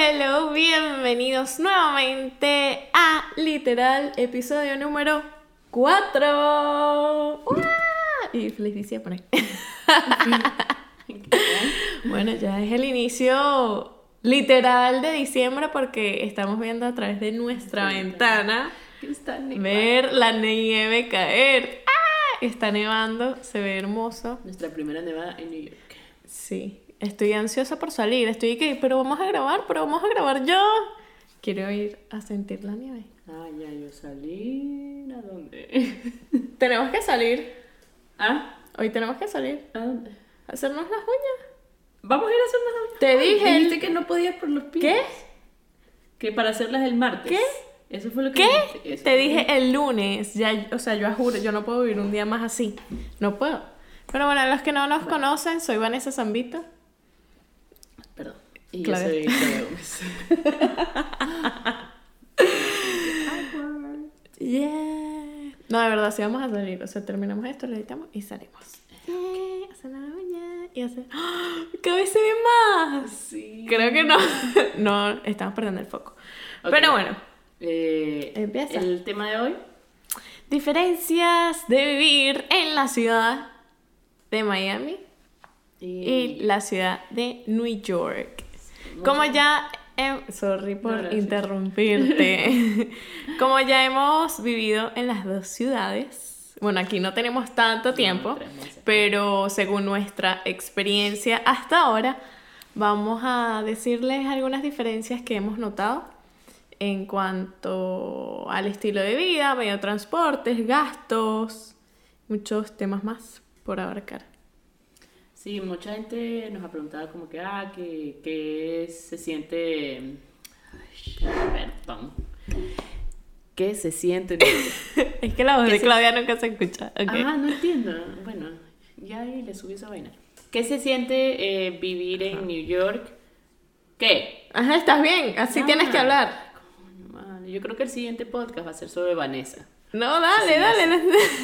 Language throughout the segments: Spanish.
hello, bienvenidos nuevamente a Literal, episodio número 4. Y feliz diciembre. Bueno, ya es el inicio literal de diciembre porque estamos viendo a través de nuestra ventana ver la nieve caer. Está nevando, se ve hermoso. Nuestra primera nevada en New York. Sí, estoy ansiosa por salir. Estoy que, pero vamos a grabar yo. Quiero ir a sentir la nieve. Ah, ya, yo salí. ¿A dónde? Tenemos que salir. ¿Ah? Hoy tenemos que salir. ¿A dónde? A hacernos las uñas. Vamos a ir a hacerlas hoy. Te dije. Dijiste que no podías por los pies. ¿Qué? Que para hacerlas el martes. ¿Qué? Eso fue lo que ¿Qué? dijiste. Eso Te fue. dije el lunes. Ya, o sea, yo juro, yo no puedo vivir un día más así. No puedo. Pero bueno, los que no nos conocen, soy Vanessa Zambito. Perdón. Y Claudia. yo soy Claudia Gómez. Yeah. No, de verdad, sí vamos a salir. O sea, terminamos esto, lo editamos y salimos. Hacer la uña y hacer... ¡Oh! ¡Cada vez se ve más! Sí. Creo que no. No, estamos perdiendo el foco. Ok. Pero bueno. Empieza. El tema de hoy. Diferencias de vivir en la ciudad de Miami y la ciudad de New York. Como ya... sorry por No, gracias. interrumpirte. Como ya hemos vivido en las dos ciudades... Bueno, aquí no tenemos tanto tiempo, 3 meses. pero según nuestra experiencia hasta ahora, vamos a decirles algunas diferencias que hemos notado en cuanto al estilo de vida, medio de transportes, gastos, muchos temas más por abarcar. Sí, mucha gente nos ha preguntado como que, que se siente... Ay, perdón. ¿Qué se siente? Es que la voz de Claudia nunca se escucha. Okay. Ah, no entiendo. Bueno, ya ahí le subí esa vaina. ¿Qué se siente vivir en New York? ¿Qué? Ajá, estás bien, así tienes que hablar. Coño, madre, yo creo que el siguiente podcast va a ser sobre Vanessa. No, dale, Sí, dale.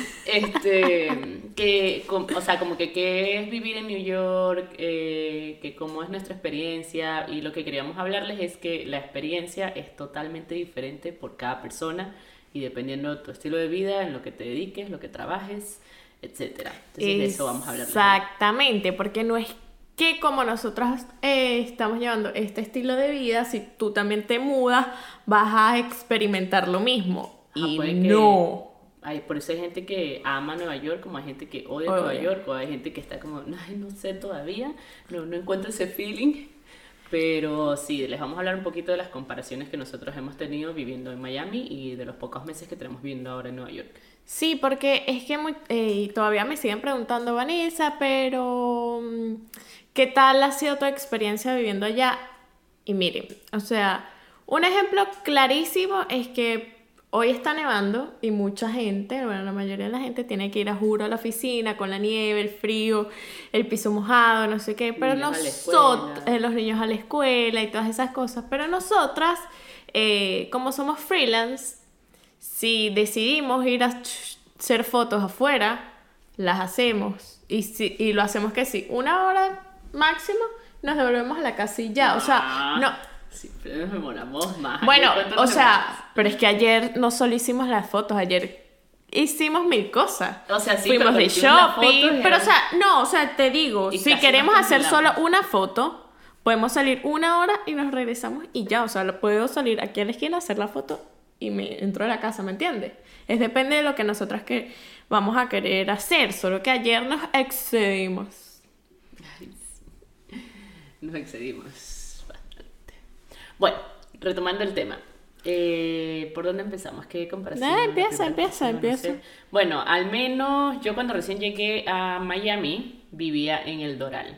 O sea, como que qué es vivir en New York, que cómo es nuestra experiencia, y lo que queríamos hablarles es que la experiencia es totalmente diferente por cada persona y dependiendo de tu estilo de vida, en lo que te dediques, lo que trabajes, etcétera. Entonces de eso vamos a hablar. Exactamente, porque no es que como nosotros estamos llevando este estilo de vida, si tú también te mudas, vas a experimentar lo mismo. Y puede que no. Por eso hay gente que ama Nueva York, como hay gente que odia Nueva York, o hay gente que está como, ay, no sé todavía, no encuentro ese feeling. Pero sí, les vamos a hablar un poquito de las comparaciones que nosotros hemos tenido viviendo en Miami y de los pocos meses que tenemos viviendo ahora en Nueva York. Sí, porque es que y todavía me siguen preguntando, Vanessa, pero ¿qué tal ha sido tu experiencia viviendo allá? Y miren, o sea, un ejemplo clarísimo es que hoy está nevando y mucha gente, bueno, la mayoría de la gente tiene que ir a juro a la oficina con la nieve, el frío, el piso mojado, no sé qué, pero nosotros, los niños a la escuela y todas esas cosas, pero nosotras, como somos freelance, si decidimos ir a hacer fotos afuera, las hacemos y lo hacemos que sí, 1 hora máximo, nos devolvemos a la casilla, o sea, no... Siempre nos demoramos más. Bueno, o sea, pero es que ayer no solo hicimos las fotos, ayer hicimos 1000 cosas. O sea, sí, fuimos pero de shopping, pero o sea, no, o sea, te digo, Y si casi queremos nos hacer solo congelamos. una foto, podemos salir 1 hora y nos regresamos y ya, o sea, puedo salir aquí a la esquina, hacer la foto y me entro a la casa, ¿me entiendes? Es depende de lo que nosotras que vamos a querer hacer, solo que ayer nos excedimos. Ay, sí. Nos excedimos bastante. Bueno, retomando el tema. ¿Por dónde empezamos? ¿Qué comparación? Empieza. Bueno, al menos yo cuando recién llegué a Miami vivía en el Doral.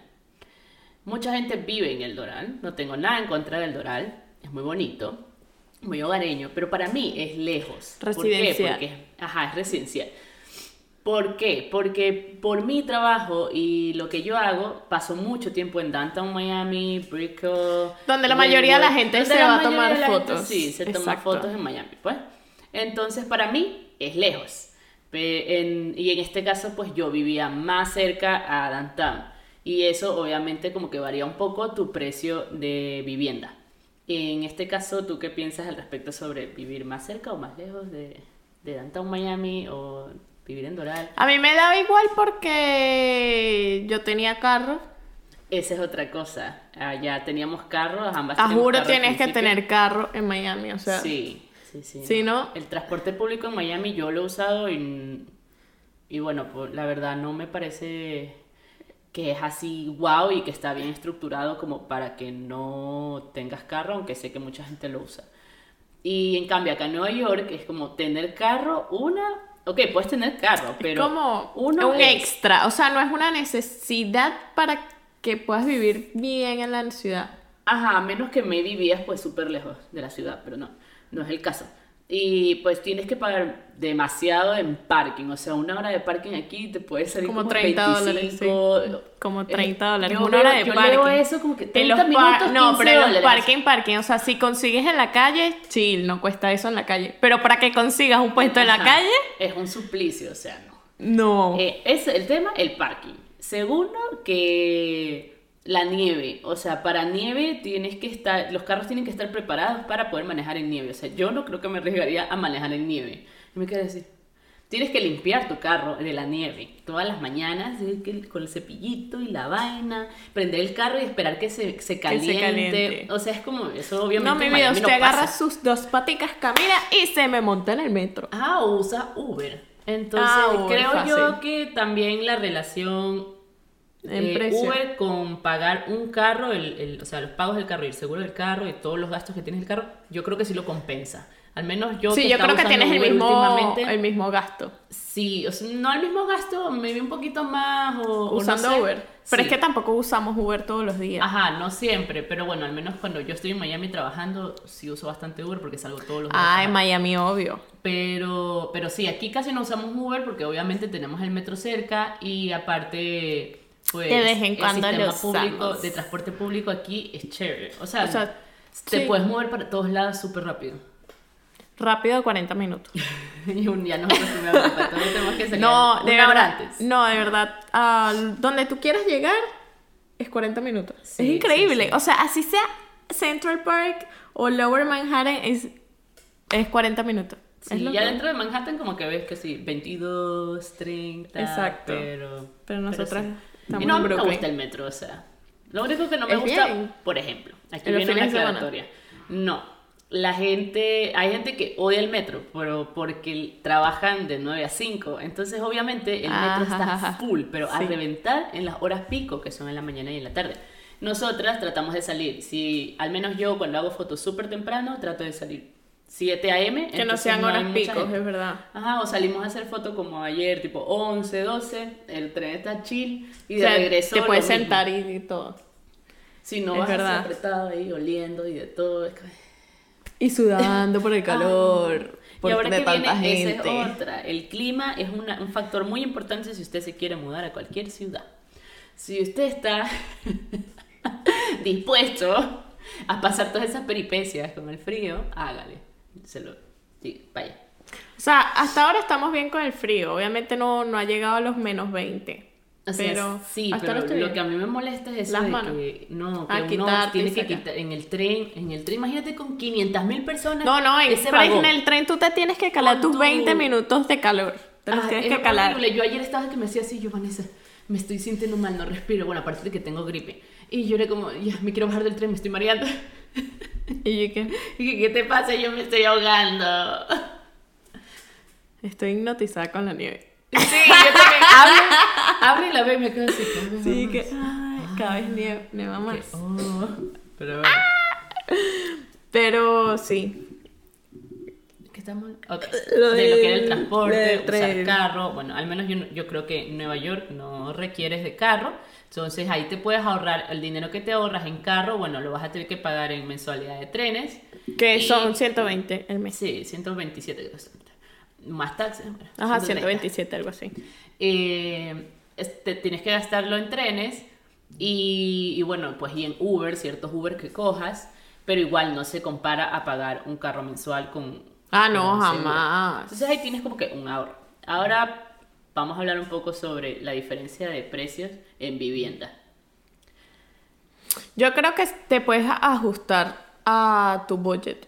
Mucha gente vive en el Doral. No tengo nada en contra del Doral. Es muy bonito, muy hogareño, pero para mí es lejos. Residencial. ¿Por qué? Porque es residencial. ¿Por qué? Porque por mi trabajo y lo que yo hago, paso mucho tiempo en Downtown Miami, Brickell... Donde la mayoría de la gente donde se la va a mayoría tomar de la gente, fotos. sí, se toma Exacto. fotos en Miami, pues. Entonces, para mí, es lejos. Y en este caso, pues, yo vivía más cerca a Downtown. Y eso, obviamente, como que varía un poco tu precio de vivienda. En este caso, ¿tú qué piensas al respecto sobre vivir más cerca o más lejos de Downtown Miami o vivir en Doral? A mí me daba igual porque yo tenía carro. Esa es otra cosa. Allá teníamos carros, ambas A teníamos juro carro al tienes que principio. tener carro en Miami, o sea. Sí, sí, sí. Si no, El transporte público en Miami yo lo he usado y bueno, pues la verdad no me parece que es así wow y que está bien estructurado como para que no tengas carro, aunque sé que mucha gente lo usa. Y en cambio acá en Nueva York es como tener carro, ok, puedes tener carro, pero como uno un es, extra, o sea, no es una necesidad para que puedas vivir bien en la ciudad. ajá, a menos que me vivías pues súper lejos de la ciudad, pero no, no es el caso. Y pues tienes que pagar demasiado en parking, o sea, una hora de parking aquí te puede salir Como como $30, 25. sí. Como $30. Yo Una hora veo- de yo parking. leo eso como que En los 30 minutos, no, 15 pero en los dólares. parking, o sea, si consigues en la calle, chill, no cuesta eso en la calle. Pero para que consigas un puesto en la Ajá, calle, es un suplicio, o sea, no. no. Es el tema, el parking. Segundo, que la nieve, o sea, para nieve tienes que estar, los carros tienen que estar preparados para poder manejar en nieve. O sea, yo no creo que me arriesgaría a manejar en nieve. Y me quedé así. Tienes que limpiar tu carro de la nieve todas las mañanas con el cepillito y la vaina, prender el carro y esperar que se caliente. caliente. O sea, es como, eso obviamente No, mi en vida, Miami usted no agarra pasa. sus dos paticas, camina y se me monta en el metro. Ah, o usa Uber. Entonces, Uber, creo fácil. yo que también la relación En precio. Uber con pagar un carro, o sea, los pagos del carro y el seguro del carro y todos los gastos que tienes el carro, yo creo que sí lo compensa. Al menos yo Sí, que yo estaba creo que usando tienes Uber últimamente, el mismo gasto sí, o sea, no el mismo gasto, me vi un poquito más o usando no sé. Uber. Pero Sí. es que tampoco usamos Uber todos los días. Ajá, no siempre, pero bueno, al menos cuando yo estoy en Miami trabajando, sí uso bastante Uber porque salgo todos los días. Ah, a en trabajar. Miami, obvio. Pero sí, aquí casi no usamos Uber porque obviamente tenemos el metro cerca y aparte, pues, De vez en cuando el lo sistema público usamos. de transporte público aquí es chévere. O sea, te sí. puedes mover para todos lados súper rápido. Rápido, 40 minutos. Y ya nos acostumbramos a todo, tenemos que salir No, de una hora verdad. antes. No, de verdad. Donde tú quieras llegar es 40 minutos. Sí, es increíble. sí, sí. O sea, así sea Central Park o Lower Manhattan, es 40 minutos. Sí, Es lo ya que- dentro de Manhattan como que ves que sí, 22, 30, Exacto. Pero nosotras sí. estamos Y no, a en mí me Brooklyn. gusta el metro, o sea, lo único que no me Es gusta, bien. por ejemplo, aquí En los viene una fines de semana. aclaratoria. No, hay gente que odia el metro, pero porque trabajan de 9 a 5, entonces obviamente el metro está Ajá. full, pero a Sí. reventar en las horas pico, que son en la mañana y en la tarde. Nosotras tratamos de salir, si al menos yo cuando hago fotos súper temprano, trato de salir 7 a.m. Que no entonces sean hay horas mucha picos, gente. es verdad. Ajá, o salimos a hacer fotos como ayer, tipo 11, 12, el tren está chill y O de sea, regreso te lo puedes mismo. sentar y todo. Si no es vas verdad. así apretado ahí, oliendo y de todo. Es que... Y sudando por el calor. Y ahora de que tanta viene, esa gente. es otra. El clima es un factor muy importante si usted se quiere mudar a cualquier ciudad. Si usted está dispuesto a pasar todas esas peripecias con el frío, hágale. Sí, vaya. O sea, hasta ahora estamos bien con el frío. Obviamente no ha llegado a los menos 20. O sea, Pero sí, hasta pero ahora estoy lo bien. que a mí me molesta es eso Las de manos. que no, que Ah, uno quitarte tiene y que sacar. quitar en el tren, imagínate con 500.000 personas. No, ese pero vagón. en el tren tú te tienes que calar Con tus 20 minutos de calor. Te los Ah, tienes es que calar. horrible. Yo ayer estaba que me decía así, yo, Vanessa, me estoy sintiendo mal, no respiro. Bueno, aparte de que tengo gripe. Y yo era como, ya, me quiero bajar del tren, me estoy mareando. Y yo que Y que, ¿qué te pasa? Yo me estoy ahogando. estoy hipnotizada con la nieve. Sí, yo también. Hablo y la veo y me quedo así. Sí, que ay, cada vez nieva más. Pero bueno. Pero sí. ¿Qué estamos? Ok. Lo De lo que era el del- transporte, del usar tren. carro. Bueno, al menos yo creo que en Nueva York no requieres de carro. Entonces ahí te puedes ahorrar el dinero que te ahorras en carro. Bueno, lo vas a tener que pagar en mensualidad de trenes. Que Y- son 120 el mes. Sí, 127 creo que son. Más taxes. Bueno, Ajá, 130. 127, algo así. Tienes que gastarlo en trenes y bueno, pues y en Uber, ciertos Uber que cojas, pero igual no se compara a pagar un carro mensual con... Ah, no, con seguro. jamás. Entonces ahí tienes como que un ahorro. Ahora vamos a hablar un poco sobre la diferencia de precios en vivienda. Yo creo que te puedes ajustar a tu budget.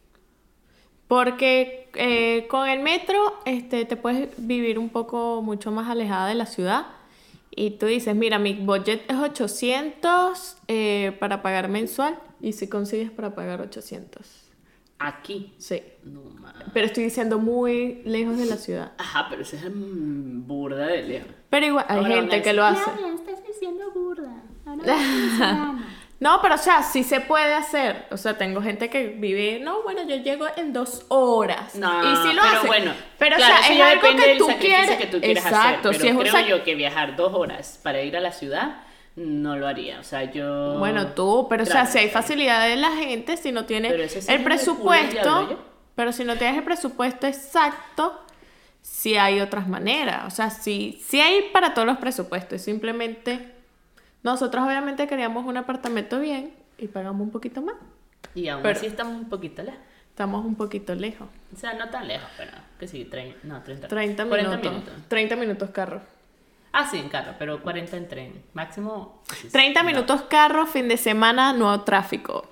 Porque con el metro te puedes vivir un poco mucho más alejada de la ciudad. Y tú dices, mira, mi budget es 800 para pagar mensual. Y si consigues para pagar 800. Aquí. Sí. No mames. Pero estoy diciendo muy lejos de la ciudad. Ajá, pero ese es burda de lejos. Pero igual, hay Ahora, gente que lo hace. Claro, estás diciendo burda. Ahora No, pero o sea, sí se puede hacer. O sea, tengo gente que vive, no, bueno, yo llego en 2 horas. No, y sí lo pero hace. bueno, Pero claro, o eso sea, es ya algo depende que del tú sacrificio quieres. que tú quieres Exacto, hacer. si es Pero un creo yo que viajar 2 horas para ir a la ciudad no lo haría. O sea, yo. Bueno, tú, pero o Claro, sea, si hay claro. facilidad de la gente, si no tienes Pero ese sí el es el culo del presupuesto, diablo, pero si no tienes el presupuesto exacto, sí hay otras maneras. O sea, sí hay para todos los presupuestos. Simplemente, nosotros obviamente queríamos un apartamento bien y pagamos un poquito más. Y aún Pero- así estamos un poquito lejos. Estamos un poquito lejos. O sea, no tan lejos, pero que sí, 30 30 40 minutos. 30 minutos carro. Ah, sí, en carro, pero 40 en tren. Máximo. 30 no. minutos carro, fin de semana, no tráfico.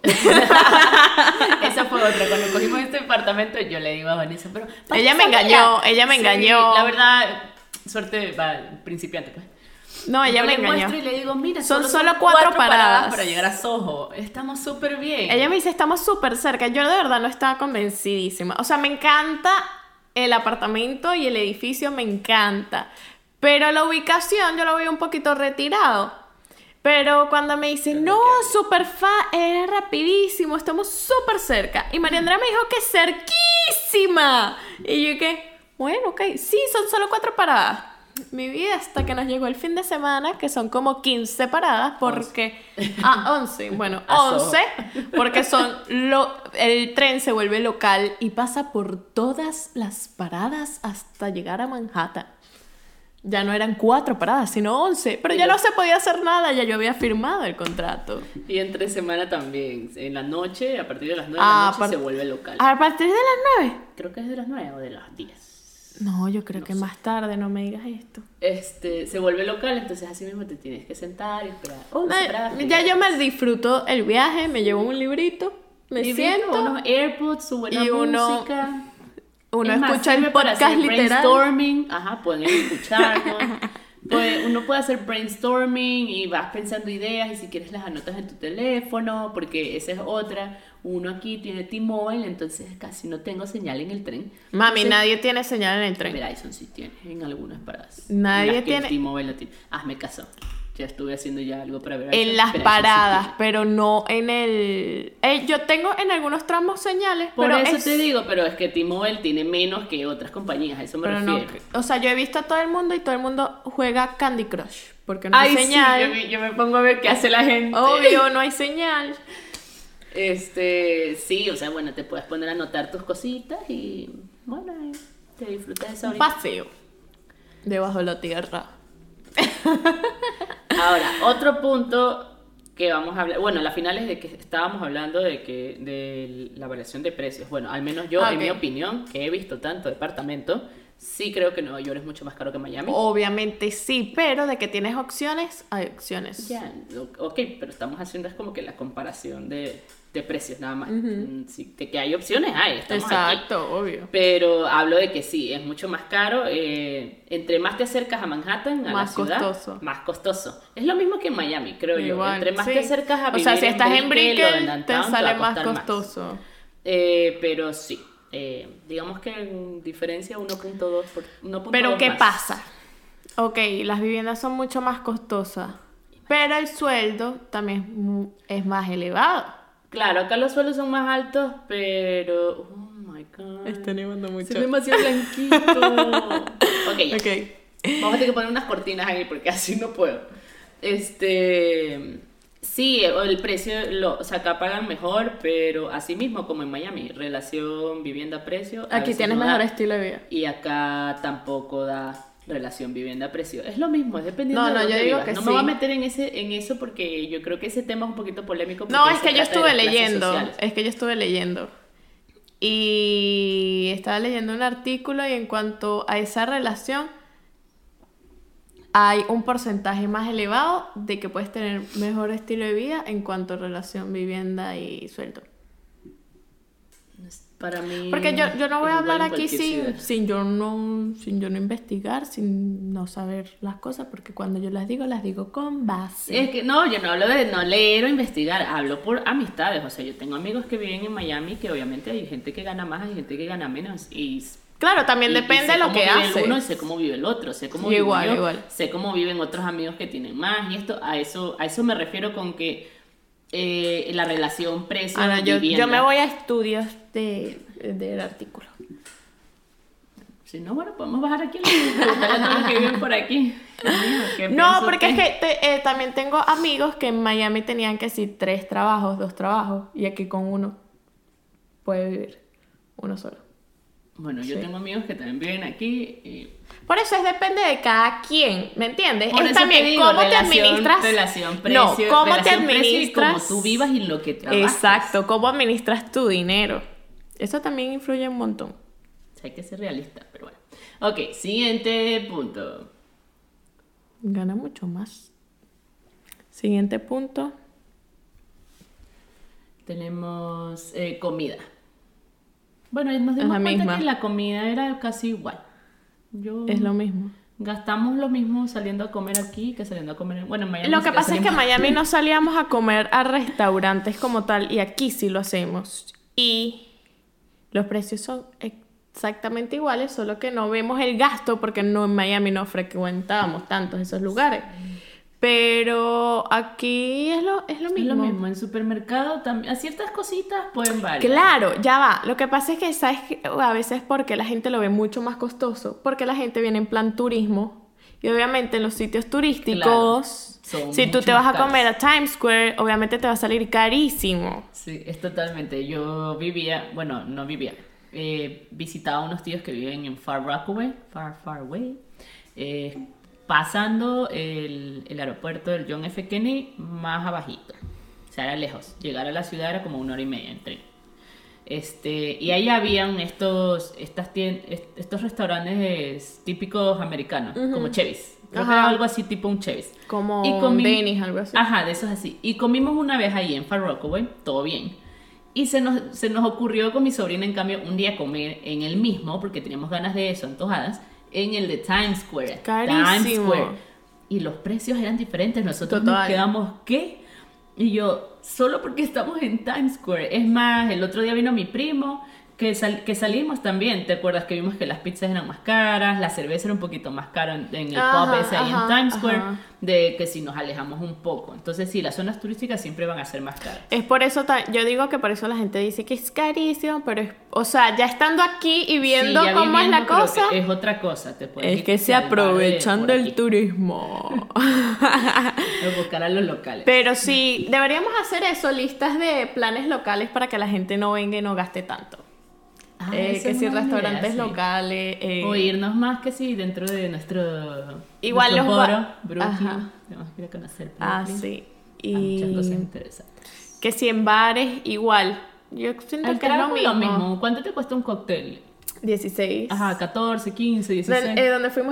Esa fue otra. Cuando cogimos este departamento, yo le digo a Vanessa, pero. Ella me pásala. engañó, ella me Sí, engañó. La verdad, suerte, principiante, pues. No, ella Yo me le engañó. muestro y le digo, mira, Son son solo 4 paradas. para llegar a Soho. Estamos súper bien. Ella me dice, estamos súper cerca. Yo de verdad no estaba convencidísima. O sea, me encanta el apartamento y el edificio, me encanta. Pero la ubicación yo lo veo un poquito retirado. Pero cuando me dice, no, súper es rapidísimo, estamos súper cerca. Y María Andrea me dijo que cerquísima. Y yo que, bueno, ok, sí, son solo 4 paradas. Mi vida, hasta que nos llegó el fin de semana, que son como 15 paradas, porque... 11, bueno, A Soho. 11, porque el tren se vuelve local y pasa por todas las paradas hasta llegar a Manhattan. Ya no eran 4 paradas, sino 11, pero ya no se podía hacer nada, ya yo había firmado el contrato. Y entre semana también. En la noche, a partir de las 9 de Ah, la noche, se vuelve local. A partir de las 9. Creo que es de las 9 o de las 10. No, yo creo que más tarde, no me digas esto. Se vuelve local, entonces así mismo te tienes que sentar y esperar. Ya yo me disfruto el viaje, me llevo un librito, me siento. unos AirPods, su buena y uno- música. Uno Es más, escucha el sirve para podcast hacer literal. brainstorming. Ajá, pueden escucharnos. Pues uno puede hacer brainstorming y vas pensando ideas y si quieres las anotas en tu teléfono, porque esa es otra. Uno aquí tiene T-Mobile, entonces casi no tengo señal en el tren. Mami, Entonces, nadie tiene señal en el tren. Verizon sí tiene en algunas paradas. Nadie En las que tiene- el T-Mobile no tiene. Me casó. Ya estuve haciendo ya algo para Verizon. En las Verizon sí paradas, tiene. pero no en el... yo tengo en algunos tramos señales, Por pero eso es... te digo, pero es que T-Mobile tiene menos que otras compañías, a eso me Pero no, refiero. o sea, yo he visto a todo el mundo y todo el mundo juega Candy Crush, porque no hay señal. Sí, yo me pongo a ver qué hace la gente. Obvio, no hay señal. Sí, o sea, bueno, te puedes poner a anotar tus cositas y bueno, ahí te disfrutas de esa Un horita. paseo debajo de la tierra. Ahora, otro punto que vamos a hablar, bueno, la final es de que estábamos hablando de la variación de precios. Bueno, al menos yo, Ah, en ok. mi opinión, que he visto tanto departamento, sí creo que Nueva York es mucho más caro que Miami. Obviamente sí, pero de que tienes opciones, hay opciones. Ya, ok, pero estamos haciendo es como que la comparación de precios nada más. Sí, de que hay opciones, estamos aquí. Exacto, obvio. Pero hablo de que sí, es mucho más caro. Entre más te acercas a Manhattan, a Más la ciudad, costoso. más costoso. Es lo mismo que en Miami, creo yo. Igual, Entre más sí. te acercas a O sea, vivir si estás en Brickell o en Brickell, te Downtown, sale va a más costar costoso. Pero sí, digamos que en diferencia 1.2 por 1.2 Pero ¿qué más. pasa? Ok, las viviendas son mucho más costosas, pero el sueldo también es más elevado. Claro, acá los suelos son más altos, pero... Oh my God. Está nevando mucho. Es demasiado blanquito. Ok, ya. Ok. Vamos a tener que poner unas cortinas ahí porque así no puedo. Sí, el precio, o sea, acá pagan mejor, pero así mismo como en Miami, relación vivienda-precio. a Aquí veces tienes no mejor da, estilo de vida. y acá tampoco da relación vivienda-precio. Es lo mismo, es dependiendo No, de dónde yo digo vivas. que no sí. me voy a meter en eso porque yo creo que ese tema es un poquito polémico. No, porque es se que yo trata de estuve las clases leyendo. sociales. Es que yo estuve leyendo. Y estaba leyendo un artículo y en cuanto a esa relación, hay un porcentaje más elevado de que puedes tener mejor estilo de vida en cuanto a relación vivienda y sueldo. Para mí... Porque yo no voy es a igual hablar en aquí cualquier ciudad. sin yo no investigar, sin no saber las cosas, porque cuando yo las digo con base. Es que no, yo no hablo de no leer o investigar, hablo por amistades. O sea, yo tengo amigos que viven en Miami, que obviamente hay gente que gana más, hay gente que gana menos. Claro, también Y depende sé de lo cómo que vive hace. el uno y sé cómo vive el otro, sé cómo Sí, vivo igual, yo, igual. sé cómo viven otros amigos que tienen más y esto, a eso me refiero con que la relación precio Ahora, yo vivienda. me voy a estudios del artículo. Si no, bueno, podemos bajar aquí preguntarle a todos los que viven por aquí. Amigo, ¿qué No, piensa porque usted? es que también tengo amigos que en Miami tenían que decir 3 trabajos, 2 trabajos, y aquí con uno puede vivir uno solo. Bueno, yo Sí. tengo amigos que también viven aquí y... Por eso depende de cada quien, ¿me entiendes? Por Es eso también te digo, cómo te relación- administras. relación precio, No, cómo te relación precio y administras. cómo tú vivas y lo que trabajas. Exacto, cómo administras tu dinero. Eso también influye un montón. O sea, hay que ser realista, pero bueno. Ok, siguiente punto. Gana mucho más. Siguiente punto. Tenemos comida. Bueno, nos Es dimos la cuenta misma. que la comida era casi igual. Es lo mismo. Gastamos lo mismo saliendo a comer aquí que saliendo a comer... Bueno, en Miami Lo que sí pasa es que en salimos- Miami no salíamos a comer a restaurantes como tal, y aquí sí lo hacemos. Y los precios son exactamente iguales, solo que no vemos el gasto porque no, en Miami no frecuentábamos tantos esos lugares. Pero aquí es lo Es mismo. lo mismo, en supermercado también, a ciertas cositas pueden variar. Claro, ya va. Lo que pasa es que, ¿sabes qué? A veces porque la gente lo ve mucho más costoso, porque la gente viene en plan turismo. Y obviamente en los sitios turísticos, Son si tú mucho te vas más a comer a Times Square, obviamente te va a salir carísimo. Sí, es totalmente. Yo vivía, bueno, no vivía, visitaba unos tíos que viven en Far Rockaway, Far Away, pasando el aeropuerto del John F. Kennedy más abajito. O sea, era lejos. Llegar a la ciudad era como 1 hora y media en tren. Y ahí habían estos restaurantes típicos americanos, como Chevy's. Creo que Ajá. era algo así, tipo un Chevy's. Como Y comí- Denny's, algo así. Ajá, de esos así. Y comimos una vez ahí en Far Rockaway, todo bien. Y se nos ocurrió con mi sobrina, en cambio, un día comer en el mismo, porque teníamos ganas de eso, antojadas, en el de Times Square. Carísimo. Times Square. Y los precios eran diferentes. Nosotros nos Total. quedamos, ¿qué? Y yo, solo porque estamos en Times Square. Es más, el otro día vino mi primo, que salimos también. ¿Te acuerdas que vimos que las pizzas eran más caras, la cerveza era un poquito más cara en el Ajá, pub ese ahí ajá, en Times Square? ajá. De que si nos alejamos un poco. Entonces sí, las zonas turísticas siempre van a ser más caras. Es por eso, yo digo que por eso la gente dice que es carísimo, pero es, o sea, ya estando aquí y viendo Sí, ya cómo es la viviendo, creo cosa, que es otra cosa. Te puedes es ir que se al bar de aprovechan por del aquí, turismo. de buscar a los locales. Pero sí, deberíamos hacer eso, listas de planes locales para que la gente no venga y no gaste tanto. Ah, esa Que es si una buena restaurantes idea, sí. locales. O irnos más que sí dentro de nuestro Igual nuestro los borough, Brooklyn. Ajá. Tenemos que ir a conocer Ah, Brooklyn. sí. Hay muchas cosas Y interesantes. que si en bares, igual. Yo siento El que es trago lo es mismo. ¿Cuánto te cuesta un cóctel? 16. Ajá, 14, 15, 16. Donde fuimos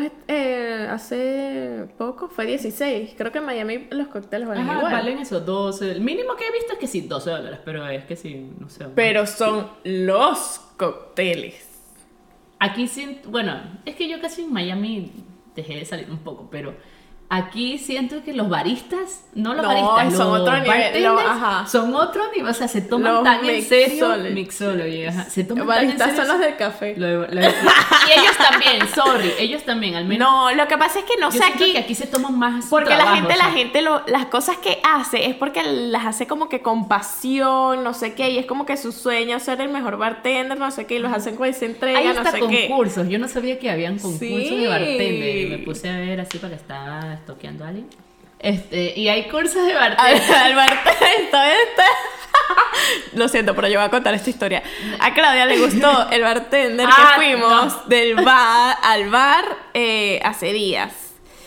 hace poco fue 16. Creo que en Miami los cócteles valen Ajá, igual. valen eso, 12. El mínimo que he visto es que sí, $12, pero es que sí, no sé. Pero son los cócteles. Aquí sí, bueno, es que yo casi en Miami dejé de salir un poco, pero aquí siento que los baristas, no los No, baristas, son los otro nivel, bartenders ajá. son otro nivel, o sea, se toman Los tan en serio, mixology. mixology, ajá, se Los toman tan en baristas serio. son los del café. Y ellos también, sorry, ellos también, al menos. No, lo que pasa es que no yo sé siento aquí. que aquí se toman más Porque trabajo, o sea, la gente las cosas que hace es porque las hace como que con pasión, no sé qué, y es como que su sueño ser el mejor bartender, no sé qué, y los hacen con esa entrega, hay no hasta sé qué. concursos, yo no sabía que habían concursos Sí. de bartender, y me puse a ver así para que estaba estoqueando a alguien. Y hay cursos de bartender. Al bartender, lo siento, pero yo voy a contar esta historia. A Claudia le gustó el bartender Ah, que fuimos no. del bar al bar hace días.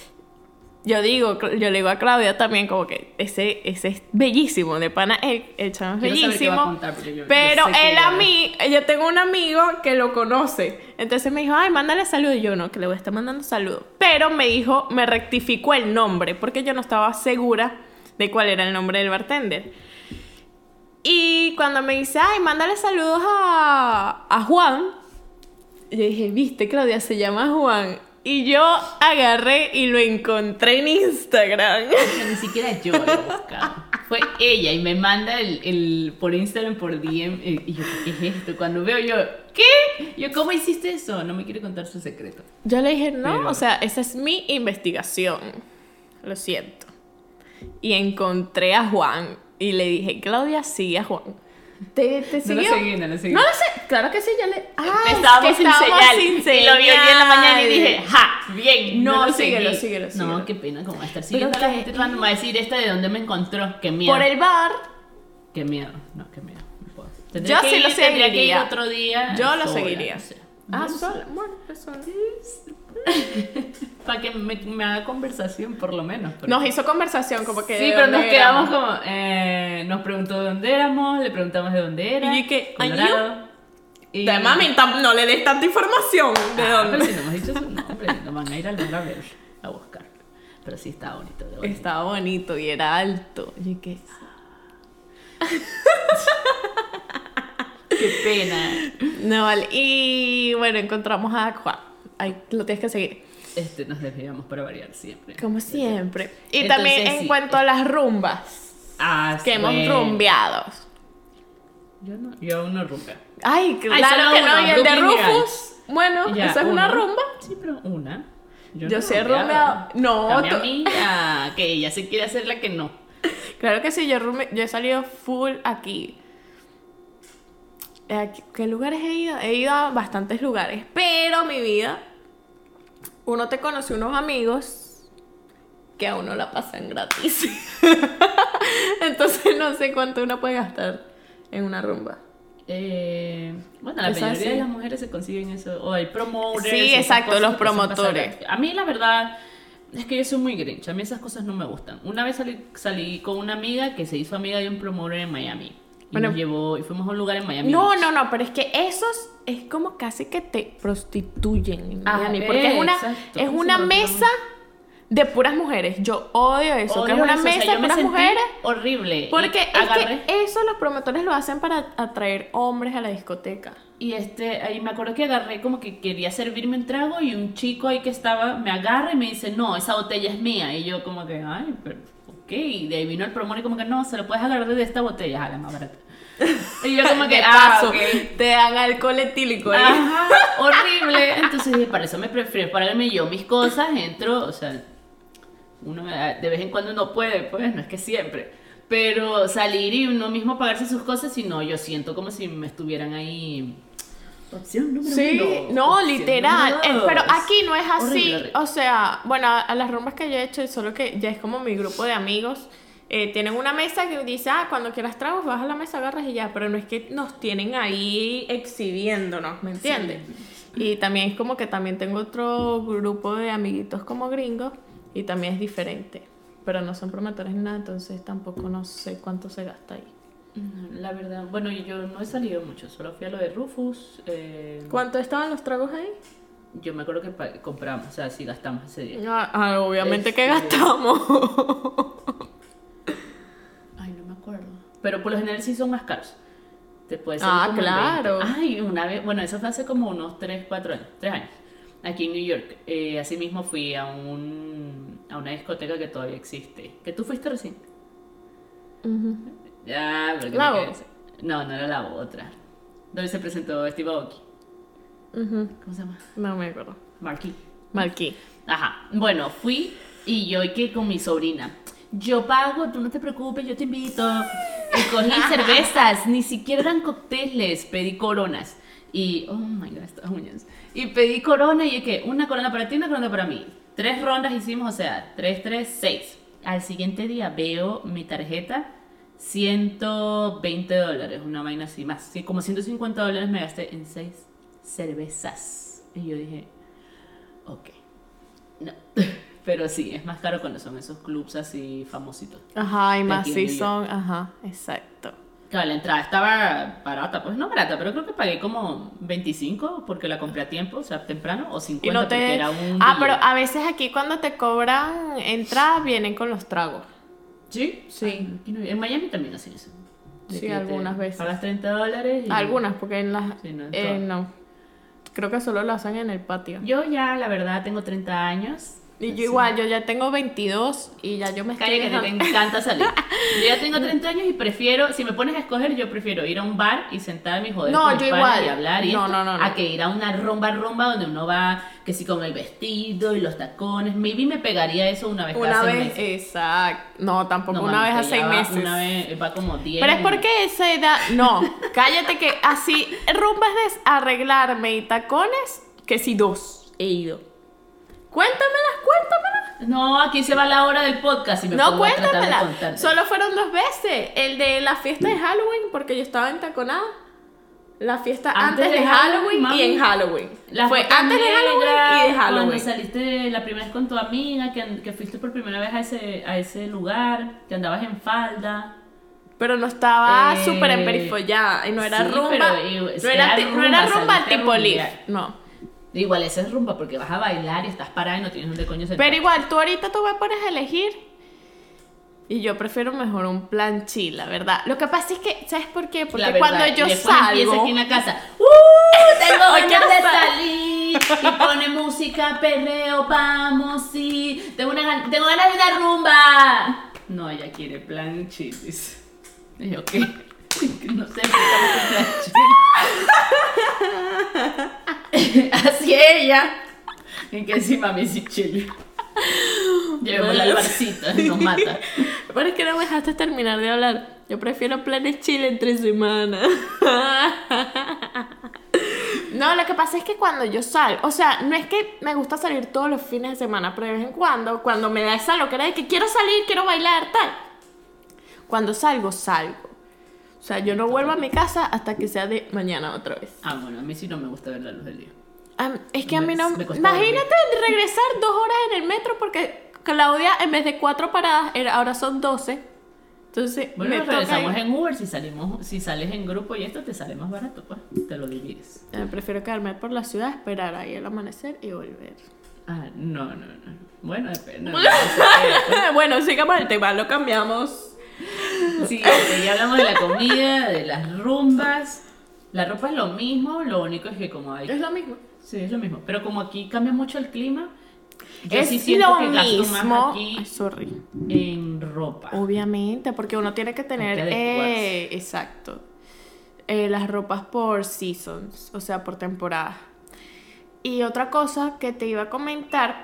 Yo le digo a Claudia también como que ese es bellísimo, de pana, el chamo es Quiero saber qué va a bellísimo, contar, porque yo pero sé que él a mí, yo tengo un amigo que lo conoce, entonces me dijo, ay, mándale saludos, y yo no, que le voy a estar mandando saludos, pero me rectificó el nombre, porque yo no estaba segura de cuál era el nombre del bartender. Y cuando me dice, ay, mándale saludos a Juan, yo dije, viste, Claudia, se llama Juan. Y yo agarré y lo encontré en Instagram. O sea, ni siquiera yo lo he buscado. Fue ella y me manda el por Instagram, por DM. Y yo, ¿qué es esto? Cuando veo yo, ¿qué? Yo, ¿cómo hiciste eso? No me quiere contar su secreto. Yo le dije, no, Pero- o sea, esa es mi investigación. Lo siento. Y encontré a Juan. Y le dije, Claudia, sigue a Juan. ¿Te No lo siguió? seguí, no lo seguí. No lo sé, claro que sí, ya le... Ah, Estábamos es que sin señal. sin Y lo vi hoy en la mañana y señal. dije, ¡ja! Bien. No, lo síguelo, seguí. síguelo, síguelo. No, qué pena, como va a estar siguiendo Pero a la que- gente cuando me va a decir esta de dónde me encontró. Qué miedo. Por el bar, Qué miedo. No, qué miedo. No puedo. Yo Tendría que sí ir, lo tendría que ir seguiría. otro día. Yo lo sola, seguiría. no sé. ah, No sé. sola, bueno, pues sola. Para que me haga conversación, por lo menos. pero- Nos hizo conversación como que... Sí, de pero dónde nos quedamos éramos. como. Nos preguntó de dónde éramos, le preguntamos de dónde era. Y yo que, Colorado. Y... De mami, no le des tanta información. ¿De Ah, dónde? pero si no hemos dicho su nombre, nos van a ir al bar a ver, a buscar. Pero sí estaba bonito. de bonito. Estaba bonito y era alto. Y que... Qué pena. No, vale. Y bueno, encontramos a Juan. Ay, lo tienes que seguir. Nos desviamos para variar siempre. Como siempre. Y Entonces, también en sí. cuanto a las rumbas que hemos bueno. rumbeado. Yo aún no rumbeo. Ay, solo claro que no. uno, Y el de Brooklyn Legal. Rufus, bueno, Ya, ¿esa es una uno. rumba? Sí, pero una. Yo no sí he rumbeado. No, Dame a tú- mí, que ella se quiere hacer la que no. Claro que sí, yo he salido full aquí. ¿Qué lugares he ido? He ido a bastantes lugares. Pero mi vida, uno te conoce unos amigos que a uno la pasan gratis. Entonces no sé cuánto uno puede gastar en una rumba. Bueno, la Esa mayoría sí. de las mujeres se consiguen eso. O hay promoters. Sí, y esas exacto, cosas los que te hacen pasar promotores. gratis. A mí, la verdad, es que yo soy muy grinch. A mí esas cosas no me gustan. Una vez salí con una amiga que se hizo amiga de un promotor en Miami. Y Bueno. nos llevó, y fuimos a un lugar en Miami. No, Beach. no, pero es que esos es como casi que te prostituyen en Ah, Miami. Porque es una, exacto. es ¿Cómo una se llama? mesa de puras mujeres. Yo odio eso, que es Odio una eso, o sea, mesa yo de me puras sentí mujeres. horrible. Porque Y es agarré. que eso los promotores lo hacen para atraer hombres a la discoteca. Y ahí me acuerdo que agarré como que quería servirme un trago y un chico ahí que estaba me agarra y me dice, no, esa botella es mía. Y yo como que, ay, pero, ok. Y de ahí vino el promotor y como que, no, se lo puedes agarrar de esta botella, la más barata. Y yo como que, De paso, ok. te dan alcohol etílico ahí. Ajá, horrible. Entonces dije, para eso me prefiero pararme yo mis cosas, entro, o sea, uno de vez en cuando uno puede, pues, no es que siempre. Pero salir y uno mismo pagarse sus cosas, si no, yo siento como si me estuvieran ahí. Opción número Sí, uno. no, Opción literal. número dos. Pero aquí no es así. Horrible, horrible. O sea, bueno, a las rumbas que yo he hecho, solo que ya es como mi grupo de amigos. Tienen una mesa que dice, cuando quieras tragos, vas a la mesa, agarras y ya. Pero no es que nos tienen ahí exhibiéndonos, ¿me entiendes? Y también es como que también tengo otro grupo de amiguitos como gringos y también es diferente. Pero no son promotores ni nada, entonces tampoco no sé cuánto se gasta ahí. La verdad, bueno, yo no he salido mucho, solo fui a lo de Rufus. ¿Cuánto estaban los tragos ahí? Yo me acuerdo que compramos, o sea, sí gastamos ese día. Obviamente que Este- gastamos. Ay, no me acuerdo. Pero por lo general sí son más caros. Te puede ser Ah, como en claro. 20. Ay, una vez, bueno, eso fue hace como unos 3, 4 años, 3 años. Aquí en New York. Así mismo fui a una discoteca que todavía existe. ¿Que tú fuiste recién? Ya, pero que ¿La me Vogue? quedé- No, no era la otra. Donde se presentó Steve Aoki. ¿Cómo se llama? No me acuerdo. Marquis. Marquí. Ajá, bueno, fui y yo y que con mi sobrina. Yo pago, tú no te preocupes, yo te invito. Y cogí cervezas, ni siquiera eran cócteles, pedí coronas. Y, oh my god, estas uñas. Y pedí corona y es que una corona para ti, una corona para mí. 3 rondas hicimos, o sea, 3, 3, 6. Al siguiente día veo mi tarjeta, $120, una vaina así, más. Sí, como $150 me gasté en 6 cervezas. Y yo dije, ok. No. Pero sí, es más caro cuando son esos clubs así famositos. Ajá, y De más aquí en sí New son. Ajá, exacto. Claro, la entrada estaba barata, pues no barata, pero creo que pagué como 25 porque la compré a tiempo, o sea, temprano, o 50 Y no porque te. era un Pero día. a veces aquí cuando te cobran entrada vienen con los tragos. ¿Sí? Sí. Aquí no- en Miami también hacen eso. De Sí, que algunas veces. Pagas $30 y... Algunas, porque en las... Sí, no, en todas. no. Creo que solo lo hacen en el patio. Yo ya, la verdad, tengo 30 años. Y yo así. igual, yo ya tengo 22 y ya yo me estoy Calla, que te dejando... encanta salir. Yo ya tengo 30 años y prefiero, si me pones a escoger, yo prefiero ir a un bar y sentarme y joder No, con yo mis panas igual. y hablar y No, esto, no, a que ir a una rumba donde uno va, que si con el vestido y los tacones. Maybe me pegaría eso una vez cada Una 6 vez, meses. exacto. No, tampoco No, una vez a mamita, 6 ya va meses. Una vez va como 10. Pero es porque esa edad... No, cállate que así rumbas de arreglarme y tacones, que si 2 he ido. Cuéntamelas. No, aquí se va la hora del podcast y me No, pongo a tratar de cuéntamelas. contarte. Solo fueron 2 veces. El de la fiesta de Halloween, porque yo estaba entaconada. La fiesta antes de Halloween mami. y en Halloween. La Fue foto antes de Halloween negra, y de Halloween. Cuando saliste la primera vez con tu amiga, que fuiste por primera vez a ese lugar, que andabas en falda. Pero no estaba Eh, súper emperifollada. Y no era sí, rumba. pero, no era rumba saliste a tipo live. rumbear. No. Igual esa es rumba porque vas a bailar y estás parada y no tienes dónde coño sentar. Pero igual, tú ahorita tú me pones a elegir. Y yo prefiero mejor un plan chill, la verdad. Lo que pasa es que, ¿sabes por qué? Porque La verdad, cuando yo y después empieza salgo. aquí en la casa. Tengo Hoy quiero ganas de salir. Y pone música, perreo, vamos, sí. Tengo ganas de una rumba. No, ella quiere plan chilis. Y yo, ¿qué? No sé, explícame tu plan chill. Así ella. Y que sí, mami, sí, chile. Llevémosla al barcito, nos mata. Pero es que no me dejaste terminar de hablar. Yo prefiero planes chill entre semana. No, lo que pasa es que cuando yo salgo, o sea, no es que me gusta salir todos los fines de semana, pero de vez en cuando me da esa loquera de que quiero salir, quiero bailar, tal. Cuando salgo, salgo. O sea, yo no vuelvo a mi casa hasta que sea de mañana otra vez. Ah, bueno, a mí sí no me gusta ver la luz del día. Es que a mí no... Me cuesta Imagínate regresar 2 horas en el metro porque Claudia, en vez de 4 paradas, ahora son 12. Entonces, Bueno, me nos toca regresamos ir. en Uber, si sales en grupo y esto te sale más barato, pues, te lo divides. Prefiero quedarme por la ciudad, esperar ahí el amanecer y volver. Ah, no. Bueno, depende. No sé qué, Bueno, sigamos el tema, lo cambiamos. pues. Sí, ya hablamos de la comida, de las rumbas. La ropa es lo mismo, lo único es que como hay... Es lo mismo. Sí, es lo mismo. Pero como aquí cambia mucho el clima, yo Es sí siento lo que gasto mismo. más aquí Ay, sorry. en ropa. Obviamente, porque uno tiene que tener... Hay que adecuarse. Exacto. Las ropas por seasons, o sea, por temporada. Y otra cosa que te iba a comentar...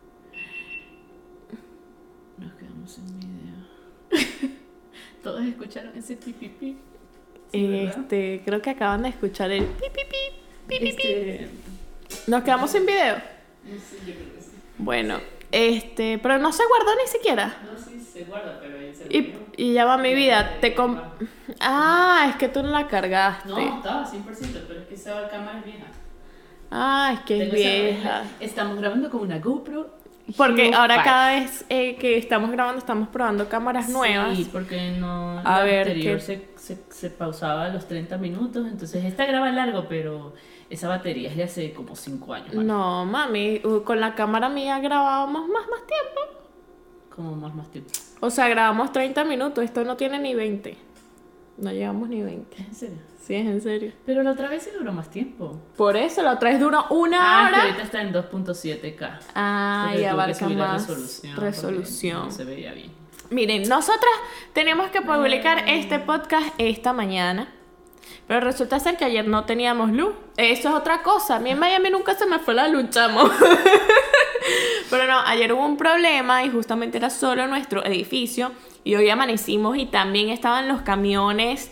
Nos quedamos sin video. Todos escucharon ese pipipi. Sí, ¿verdad? Creo que acaban de escuchar el pi, pi, pi, pi, pi, pi. Nos quedamos sin video. No sé, yo creo que sí. Bueno, pero no se guardó ni siquiera. No, sí, se guarda, pero ahí se Y, y ya va mi vida. Es que tú no la cargaste. No, estaba 100%, pero es que esa cámara es vieja. Es que es Tengo esa- vieja. Estamos grabando con una GoPro. Porque Hero ahora 5. cada vez que estamos grabando estamos probando cámaras nuevas. Sí, porque no, A la ver, anterior ¿qué? se pausaba a los 30 minutos, entonces esta graba largo, pero esa batería es de hace como 5 años. ¿vale? No, mami, con la cámara mía grabábamos más tiempo. Como más tiempo. O sea, grabamos 30 minutos, esto no tiene ni 20. No llevamos ni 20. ¿Es en serio? Sí, es en serio. Pero la otra vez sí duró más tiempo. Por eso, la otra vez duró una Es que hora. ahorita está en 2.7K. Ah, Porque y tuve que abarca subir la más resolución. resolución. porque No se veía bien. Miren, nosotras tenemos que publicar este podcast esta mañana. Pero resulta ser que ayer no teníamos luz. Eso es otra cosa. A mí en Miami nunca se me fue la luz, chamo. Pero no, ayer hubo un problema y justamente era solo nuestro edificio. Y hoy amanecimos y también estaban los camiones.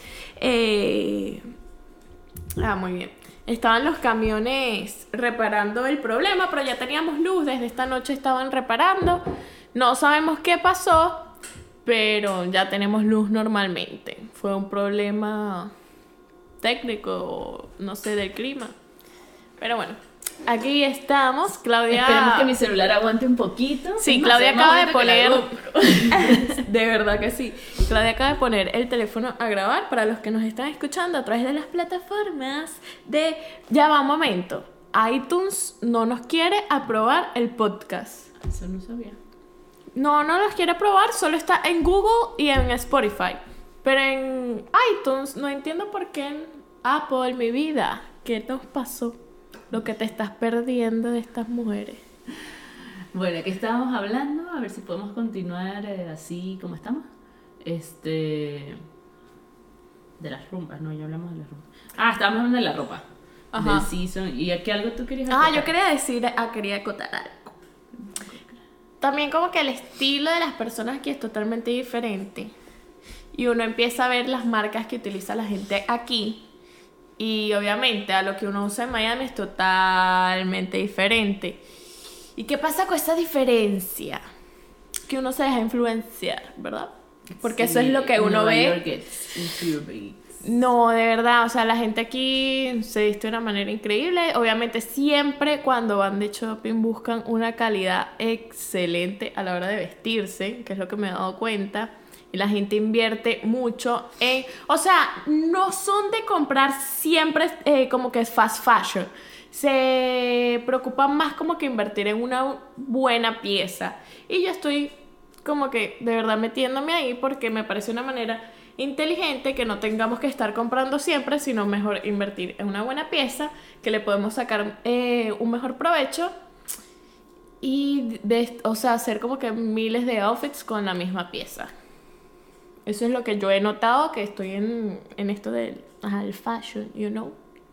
Muy bien. Estaban los camiones reparando el problema, pero ya teníamos luz. Desde esta noche estaban reparando. No sabemos qué pasó, pero ya tenemos luz normalmente. Fue un problema técnico, no sé, del clima. Pero bueno, aquí estamos. Claudia... Esperemos que mi celular aguante un poquito. Sí, Es más, Claudia es más acaba de bonito que la poner... GoPro. De verdad que sí. Claudia acaba de poner el teléfono a grabar para los que nos están escuchando a través de las plataformas de... Ya va, un momento. iTunes no nos quiere aprobar el podcast. Eso no sabía. No los quiere aprobar, solo está en Google y en Spotify. Pero en iTunes no entiendo por qué en Apple, mi vida, ¿qué nos pasó? Lo que te estás perdiendo de estas mujeres. Bueno, aquí estábamos hablando, a ver si podemos continuar así como estamos. De las rumbas, no, ya hablamos de las rumbas. Estábamos hablando de la ropa. Ajá. Del season. ¿Y aquí algo tú querías Ah, acotar? yo quería decir, quería acotar algo. También como que el estilo de las personas aquí es totalmente diferente. Y uno empieza a ver las marcas que utiliza la gente aquí. Y obviamente a lo que uno usa en Miami es totalmente diferente. ¿Y qué pasa con esa diferencia? Que uno se deja influenciar, ¿verdad? Porque eso es lo que uno Nueva ve. York gets into your veins. No, de verdad, o sea, la gente aquí se viste de una manera increíble. Obviamente siempre cuando van de shopping buscan una calidad excelente a la hora de vestirse, que es lo que me he dado cuenta. Y la gente invierte mucho en... O sea, no son de comprar siempre como que es fast fashion. Se preocupan más como que invertir en una buena pieza. Y yo estoy como que de verdad metiéndome ahí porque me parece una manera inteligente que no tengamos que estar comprando siempre, sino mejor invertir en una buena pieza que le podemos sacar un mejor provecho y o sea, hacer como que miles de outfits con la misma pieza. Eso es lo que yo he notado, que estoy en esto del fashion, you know.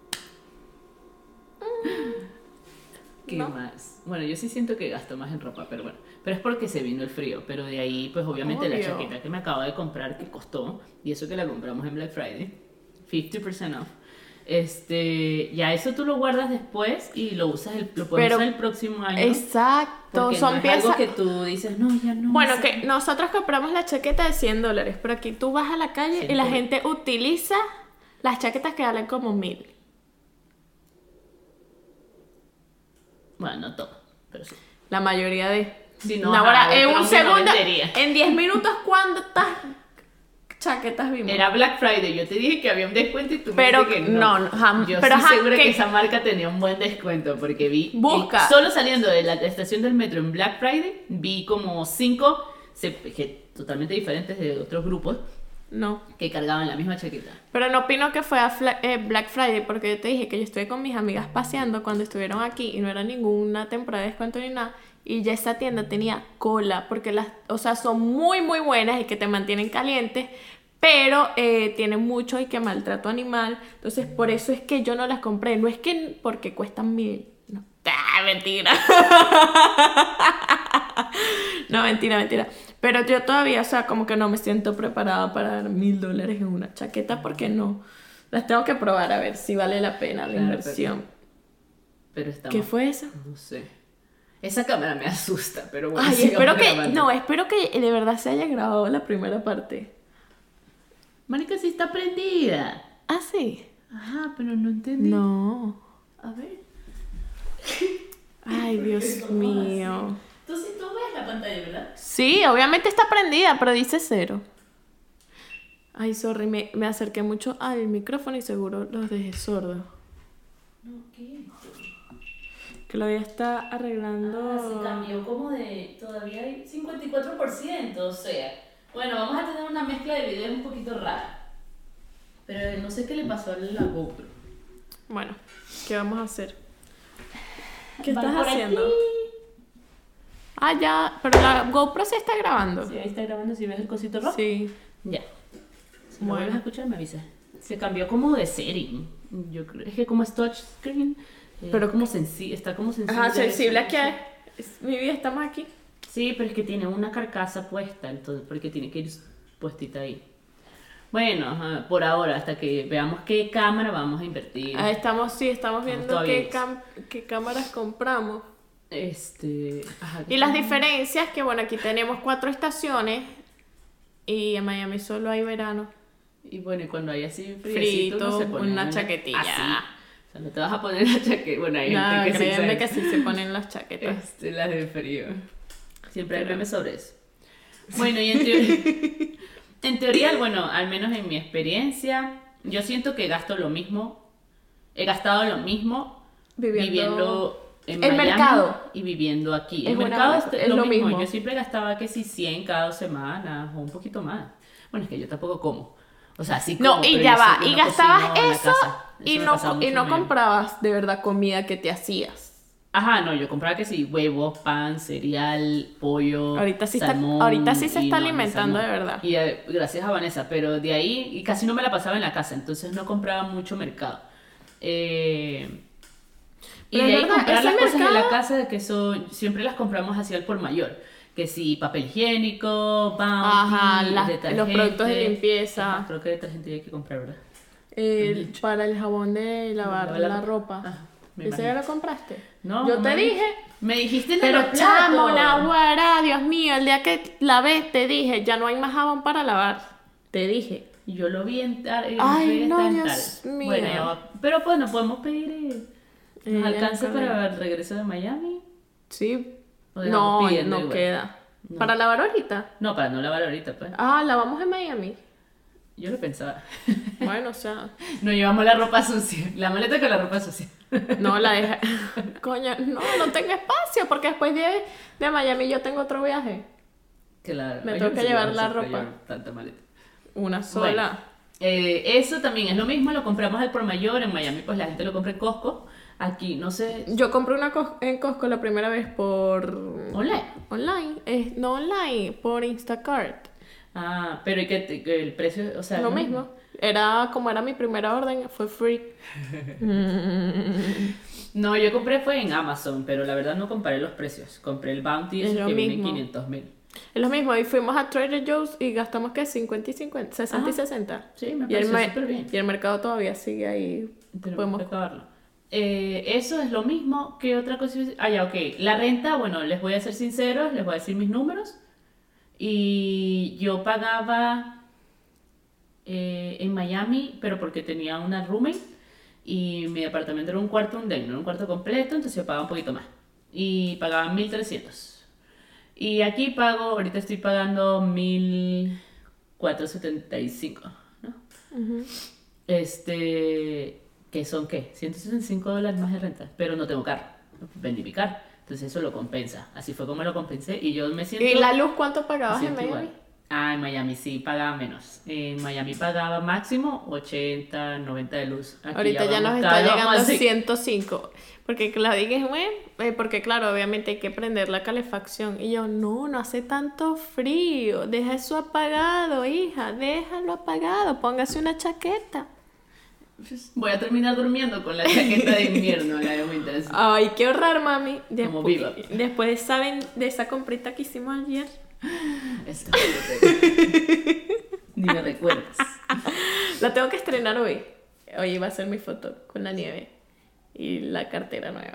¿Qué ¿No? más? Bueno, yo sí siento que gasto más en ropa, pero bueno. Pero es porque se vino el frío. Pero de ahí, pues obviamente la Obvio. chaqueta que me acabo de comprar, que costó, y eso que la compramos en Black Friday, 50% off. Ya eso tú lo guardas después y lo usas, lo puedes Pero- usar el próximo año. Exacto, Porque son no es piezas... algo que tú dices, no, ya no. Bueno, sé. que nosotros compramos la chaqueta de $100, pero aquí tú vas a la calle y la 100. gente utiliza las chaquetas que valen como 1,000. Bueno, no todo, pero sí. La mayoría de... Si no, ahora, ajá, en otro un hombre no segundo, vendería. en 10 minutos, ¿cuántas chaquetas vimos? Era Black Friday, yo te dije que había un descuento y tú Pero me dijiste que no, Yo pero estoy segura que- que esa marca tenía un buen descuento porque vi, Busca. solo saliendo de la estación del metro en Black Friday, vi como 5 totalmente diferentes de otros grupos No. que cargaban la misma chaqueta. Pero no opino que fue a Black Friday porque yo te dije que yo estuve con mis amigas paseando cuando estuvieron aquí y no era ninguna temporada de descuento ni nada. Y ya esa tienda tenía cola porque o sea, son muy muy buenas y que te mantienen calientes, pero tienen mucho y que maltrato animal. Entonces por eso es que yo no las compré. No es que porque cuestan 1,000. No. Mentira. No, mentira. Pero yo todavía, o sea, como que no me siento preparada para dar $1,000 en una chaqueta porque no. Las tengo que probar a ver si vale la pena la Claro, inversión. Pero estamos, ¿Qué fue eso? No sé. Esa cámara me asusta, pero bueno, Ay, sigamos espero que, grabando. no, espero que de verdad se haya grabado la primera parte. Mónica sí está prendida. Ah, sí. Ajá, pero no entendí. No. A ver. Ay, Dios mío. Tú sí tú ves la pantalla, ¿verdad? Sí, obviamente está prendida, pero dice 0. Ay, sorry, me acerqué mucho al micrófono y seguro los dejé sordos. No, ¿qué? Claudia está arreglando. Se cambió como de... Todavía hay 54%, o sea... Bueno, vamos a tener una mezcla de videos un poquito rara. Pero no sé qué le pasó a la GoPro. Bueno, ¿qué vamos a hacer? ¿Qué Van estás por haciendo? aquí. Ah, ya, pero la GoPro se está grabando. Sí, ahí está grabando, si ves el cosito rojo. Sí. Ya. Si Bueno. lo vuelves a escuchar, me avisas. Se cambió como de setting. Yo creo. Es que como es touchscreen, pero como sencillo, está como sensible. Ajá, sensible a aquí. Mi vida, estamos aquí. Sí, pero es que tiene una carcasa puesta, entonces, porque tiene que ir puestita ahí. Bueno, ajá, por ahora, hasta que veamos qué cámara vamos a invertir. Ah, estamos viendo todavía qué cámaras compramos. Ajá, Y las diferencias, que bueno, aquí tenemos 4 estaciones y en Miami solo hay verano. Y bueno, y cuando hay así Frito, no se pone una chaquetilla. Así. O sea, no te vas a poner la chaqueta. Bueno, hay No, gente que sí créanme sabe. que sí se ponen las chaquetas. Las de frío. Siempre hay Pero- memes sobre eso. Bueno, y en teoría, bueno, al menos en mi experiencia, yo siento que gasto lo mismo. He gastado lo mismo viviendo en El Miami mercado. y viviendo aquí. Es El buena mercado barato, es es lo lo mismo. mismo. Yo siempre gastaba que si 100 cada 2 semanas o un poquito más. Bueno, es que yo tampoco como. O sea, sí No, como, y pero ya yo va, sé que y no gastabas cocino en la eso casa. y me no, pasaba mucho y no en Miami. comprabas de verdad comida que te hacías. Ajá, no, yo compraba que sí, huevos, pan, cereal, pollo, Ahorita salmón sí se y está no, ni alimentando salmón. de verdad. Y gracias a Vanessa, pero de ahí y casi no me la pasaba en la casa, entonces no compraba mucho mercado. Y Pero de es ahí verdad, comprar ese las cosas de mercado. la casa, de que son, siempre las compramos así al por mayor. Que sí, papel higiénico, Ajá, Bounty, los productos de detergente. Es más, limpieza. creo que detergente hay que comprar, ¿verdad? No me has dicho. Para el jabón de lavar ¿Lavar la la ropa? ropa. Ajá, me ¿Ese ya imagino. lo compraste? No, Yo no te me dije. me dijiste en el Pero chamo, platos. Naguará, Dios mío, el día que lavé te dije, ya no hay más jabón para lavar. Te dije. Yo lo vi en Ay, redes no, en Dios mío. Bueno, ya va. Pero bueno, podemos pedir. ¿Nos Ya alcanza nunca para el regreso de Miami? Sí. ¿O dejamos No, pidiendo no igual? queda. No. ¿Para lavar ahorita? No, para no lavar ahorita, pues. Ah, lavamos en Miami. Yo lo pensaba. Bueno, o sea. No llevamos la ropa sucia. La maleta con la ropa sucia. No, la deja. Coño, no tengo espacio porque después de Miami yo tengo otro viaje. Claro. Me Oye, tengo que sí, llevar vamos a la hacer ropa. llevar tanta maleta. Una Bueno, sola. eso también es lo mismo, lo compramos al por mayor. En Miami, pues la gente lo compra en Costco. Aquí, no sé. Yo compré en Costco la primera vez por... Online. Online. No online, por Instacart. Ah, pero ¿y que el precio? O sea, Lo mismo. Como era mi primera orden, fue free. No, yo compré fue en Amazon, pero la verdad no comparé los precios. Compré el Bounty Es ese lo que viene en mismo. 500.000. Es lo mismo, y fuimos a Trader Joe's y gastamos que 50 y 50, 60 y Ajá. 60. Sí, me Y el, pareció súper bien. y el mercado todavía sigue ahí. Tenemos Podemos... que acabarlo. Eso es lo mismo que otra cosa. Ah, ya, ok. La renta, bueno, les voy a ser sinceros, les voy a decir mis números. Y yo pagaba en Miami, pero porque tenía una roommate y mi departamento era un cuarto, no era un cuarto completo, entonces yo pagaba un poquito más. Y pagaba 1.300. Y aquí ahorita estoy pagando 1.475, ¿no? Ujú. ¿Qué son qué? $165 más de renta, pero no tengo carro, vendí mi carro, entonces eso lo compensa. Así fue como lo compensé y yo me siento... ¿Y la luz cuánto me pagabas en siento Miami? igual. Ah, en Miami sí pagaba menos. En Miami pagaba máximo 80, 90 de luz. Aquí Ahorita ya nos vamos, está cada vez vamos llegando así. 105. Porque Claudia dije, bueno, porque claro, obviamente hay que prender la calefacción. Y yo, no hace tanto frío. Deja eso apagado, hija. Déjalo apagado. Póngase una chaqueta. Voy a terminar durmiendo con la chaqueta de invierno, la de winter. Ay, qué horror, mami. Como viva. Después, ¿saben de esa comprita que hicimos ayer? Eso, ni me recuerdas. La tengo que estrenar hoy. Hoy va a ser mi foto con la nieve y la cartera nueva.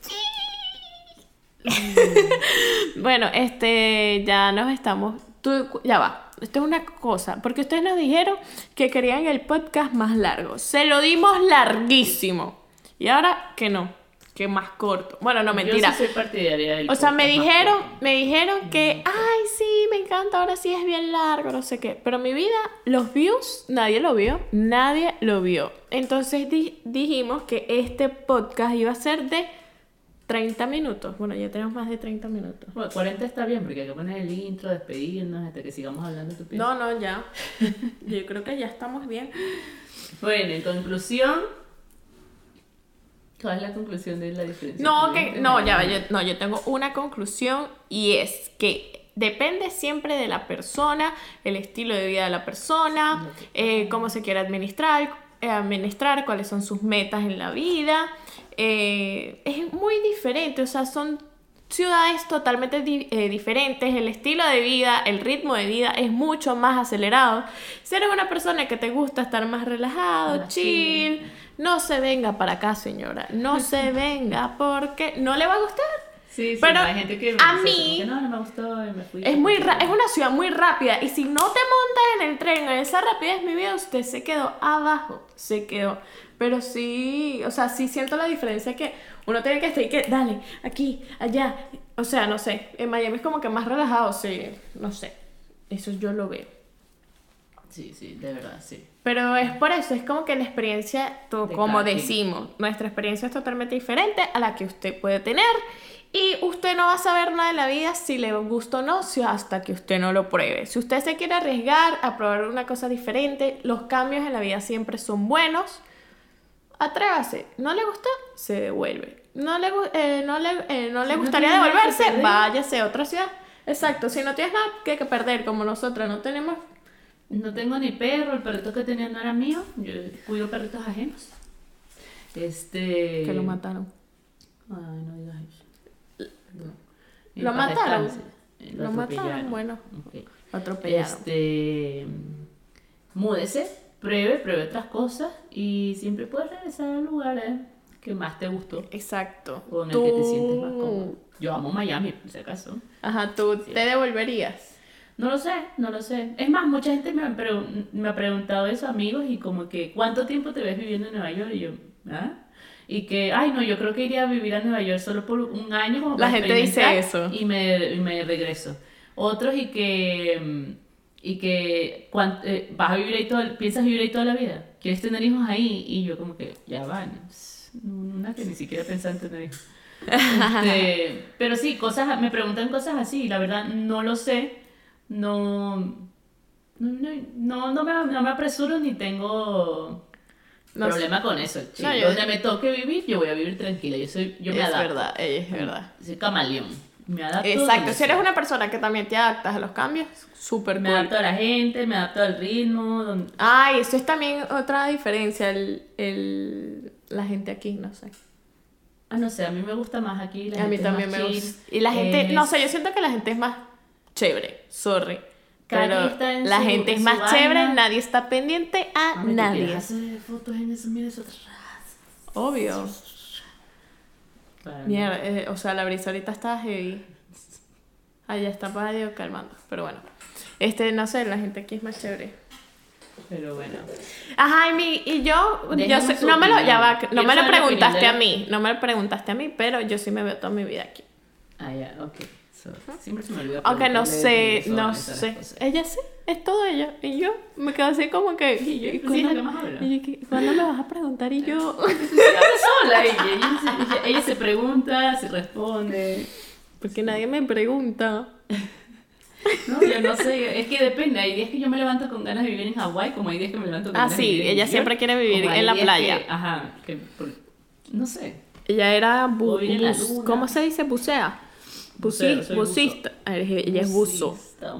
Bueno, ya nos estamos... Ya va, esto es una cosa, porque ustedes nos dijeron que querían el podcast más largo. Se lo dimos larguísimo. Y ahora que no, que más corto. Bueno, no, mentira. Yo sí soy partidaria del O sea, me podcast más corto. dijeron que, ay, sí, me encanta, ahora sí es bien largo, no sé qué. Pero mi vida, los views, nadie lo vio. Entonces dijimos que este podcast iba a ser de 30 minutos. Bueno, ya tenemos más de 30 minutos. Bueno, 40 está bien, porque hay que poner el intro, despedirnos, hasta que sigamos hablando de tu No, ya. Yo creo que ya estamos bien. Bueno, en conclusión, ¿cuál es la conclusión de la diferencia? Yo tengo una conclusión y es que depende siempre de la persona, el estilo de vida de la persona, cómo se quiere administrar, cuáles son sus metas en la vida. Es muy diferente, o sea, son ciudades totalmente diferentes, el estilo de vida, el ritmo de vida es mucho más acelerado. Si eres una persona que te gusta estar más relajado, chill, no se venga para acá, señora, no se venga porque no le va a gustar. Sí, pero hay gente que a dice mí como que no me gustó y me fui. es una ciudad muy rápida y si no te montas en el tren a esa rapidez, mi vida, usted se quedó abajo, pero sí, o sea, sí siento la diferencia que uno tiene que estar y que, dale, aquí, allá, o sea, no sé, en Miami es como que más relajado, sí, no sé, eso yo lo veo. Sí, de verdad, sí. Pero es por eso, es como que la experiencia, De como cada quien. decimos, nuestra experiencia es totalmente diferente a la que usted puede tener Y usted no va a saber nada de la vida si le gusta o no, hasta que usted no lo pruebe. Si usted se quiere arriesgar a probar una cosa diferente, los cambios en la vida siempre son buenos. Atrévase. ¿No le gusta? Se devuelve. ¿No le Si gustaría no tiene nada que devolverse? perder. Váyase a otra ciudad. Exacto. Si no tienes nada que perder, como nosotras no tenemos... No tengo ni perro, el perrito que tenía no era mío. Yo cuido perritos ajenos. Que lo mataron. Ay, no digas eso. No. En ¿Lo paz mataron? descanse. Lo mataron, atropellaron. bueno. Ok. Lo atropellaron. Múdese, pruebe otras cosas y siempre puedes regresar al lugar que más te gustó Exacto. o en el que te sientes más cómodo. Yo amo Miami, por si acaso. Ajá, tú te devolverías. No lo sé. Es más, mucha gente me ha preguntado eso, amigos, y como que, ¿cuánto tiempo te ves viviendo en Nueva York? Y yo, ¿ah? Y que, ay, no, yo creo que iría a vivir a Nueva York solo por un año como La para gente dice experimentar, eso. y me regreso. Otros vas a vivir ahí piensas vivir ahí toda la vida. ¿Quieres tener hijos ahí? Y yo como que, ya van. Una que ni siquiera pensaba en tener hijos. Pero sí, me preguntan cosas así, y la verdad no lo sé. No me apresuro ni tengo No problema con eso. Sí, No, yo- donde me toque vivir, yo voy a vivir tranquila. Yo me Es adapto. verdad, es verdad. Soy camaleón. Me adapto. Exacto, donde si eres sea. una persona que también te adaptas a los cambios, súper Me cool. adapto a la gente, me adapto al ritmo. Ay, eso es también otra diferencia, la gente aquí, no sé. No sé, a mí me gusta más aquí. La A mí gente es también más me chill. gusta. Y la gente, no sé, yo siento que la gente es más chévere, sorry. Cada Pero quien está en la su- gente es en su más vaina. chévere, nadie está pendiente a Mami, ¿tú nadie. quieres hacer fotos en eso? Mira eso atrás. Obvio. Para Mierda, o sea, la brisa ahorita está heavy. Allá está medio calmando, pero bueno. No sé, la gente aquí es más chévere. Pero bueno. Ajá, y yo Déjenos sé, su no me lo, opinión. ya va, no Quiero me lo saber la preguntaste opinión a mí, no me lo preguntaste a mí, pero yo sí me veo toda mi vida aquí. Ya, ok. Siempre se me olvida. Aunque no sé, preguntarle de no eso a sé. las cosas. Ella sí, es todo ella. Y yo me quedo así como que. Y yo, sí, es la que más habla. y yo, ¿cuándo me vas a preguntar? Y yo. Se habla sola ella se pregunta, se responde. Porque nadie me pregunta. No, yo no sé, es que depende. Hay días que yo me levanto con ganas de vivir en Hawái, como hay días que me levanto con ganas de Sí, vivir en ella New siempre York, quiere vivir como hay en la días playa. No sé. Ella era Vivir en la luna. ¿cómo se dice? Bucea. Buceo, soy Bucista. Ella es buzo. Bucista.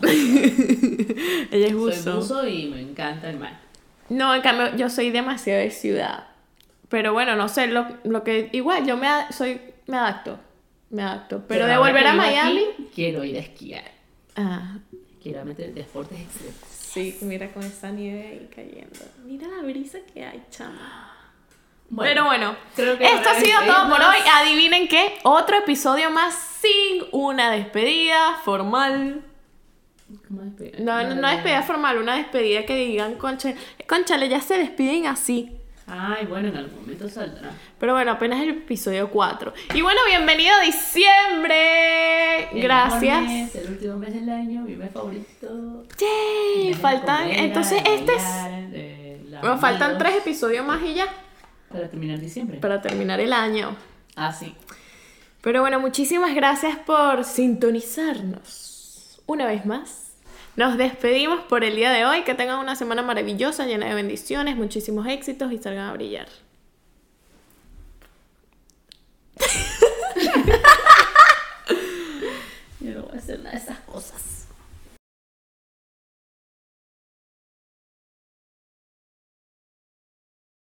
Ella es Soy buzo. buzo y me encanta el mar. No, en cambio, yo soy demasiado de ciudad. Pero bueno, no sé, lo que. Igual, yo me adapto. Me adapto. Pero de ahora volver que a vivo Miami. aquí, quiero ir a esquiar. Ah, Quiero meter deportes extremos. sí, mira con esa nieve ahí cayendo. Mira la brisa que hay, chama. Bueno, Pero bueno, creo que esto ha ahora sido todo por despedirnos. hoy. Adivinen qué, otro episodio más sin una despedida formal. ¿Cómo despedir? No despedida formal, una despedida que digan, conchale, ya se despiden así. Ay, bueno, en algún momento saldrá. Pero bueno, apenas el episodio 4. Y bueno, bienvenido a diciembre. El Gracias. mejor mes, el último mes del año, mi mes favorito. Yay, Mes de faltan, comer, entonces de este es... bailar, de la Bueno, faltan amigos, 3 episodios más y ya, para terminar diciembre. para terminar el año. Sí. Pero bueno, muchísimas gracias por sintonizarnos una vez más. Nos despedimos por el día de hoy. Que tengan una semana maravillosa, llena de bendiciones, muchísimos éxitos y salgan a brillar. Yo no voy a hacer nada de esas cosas.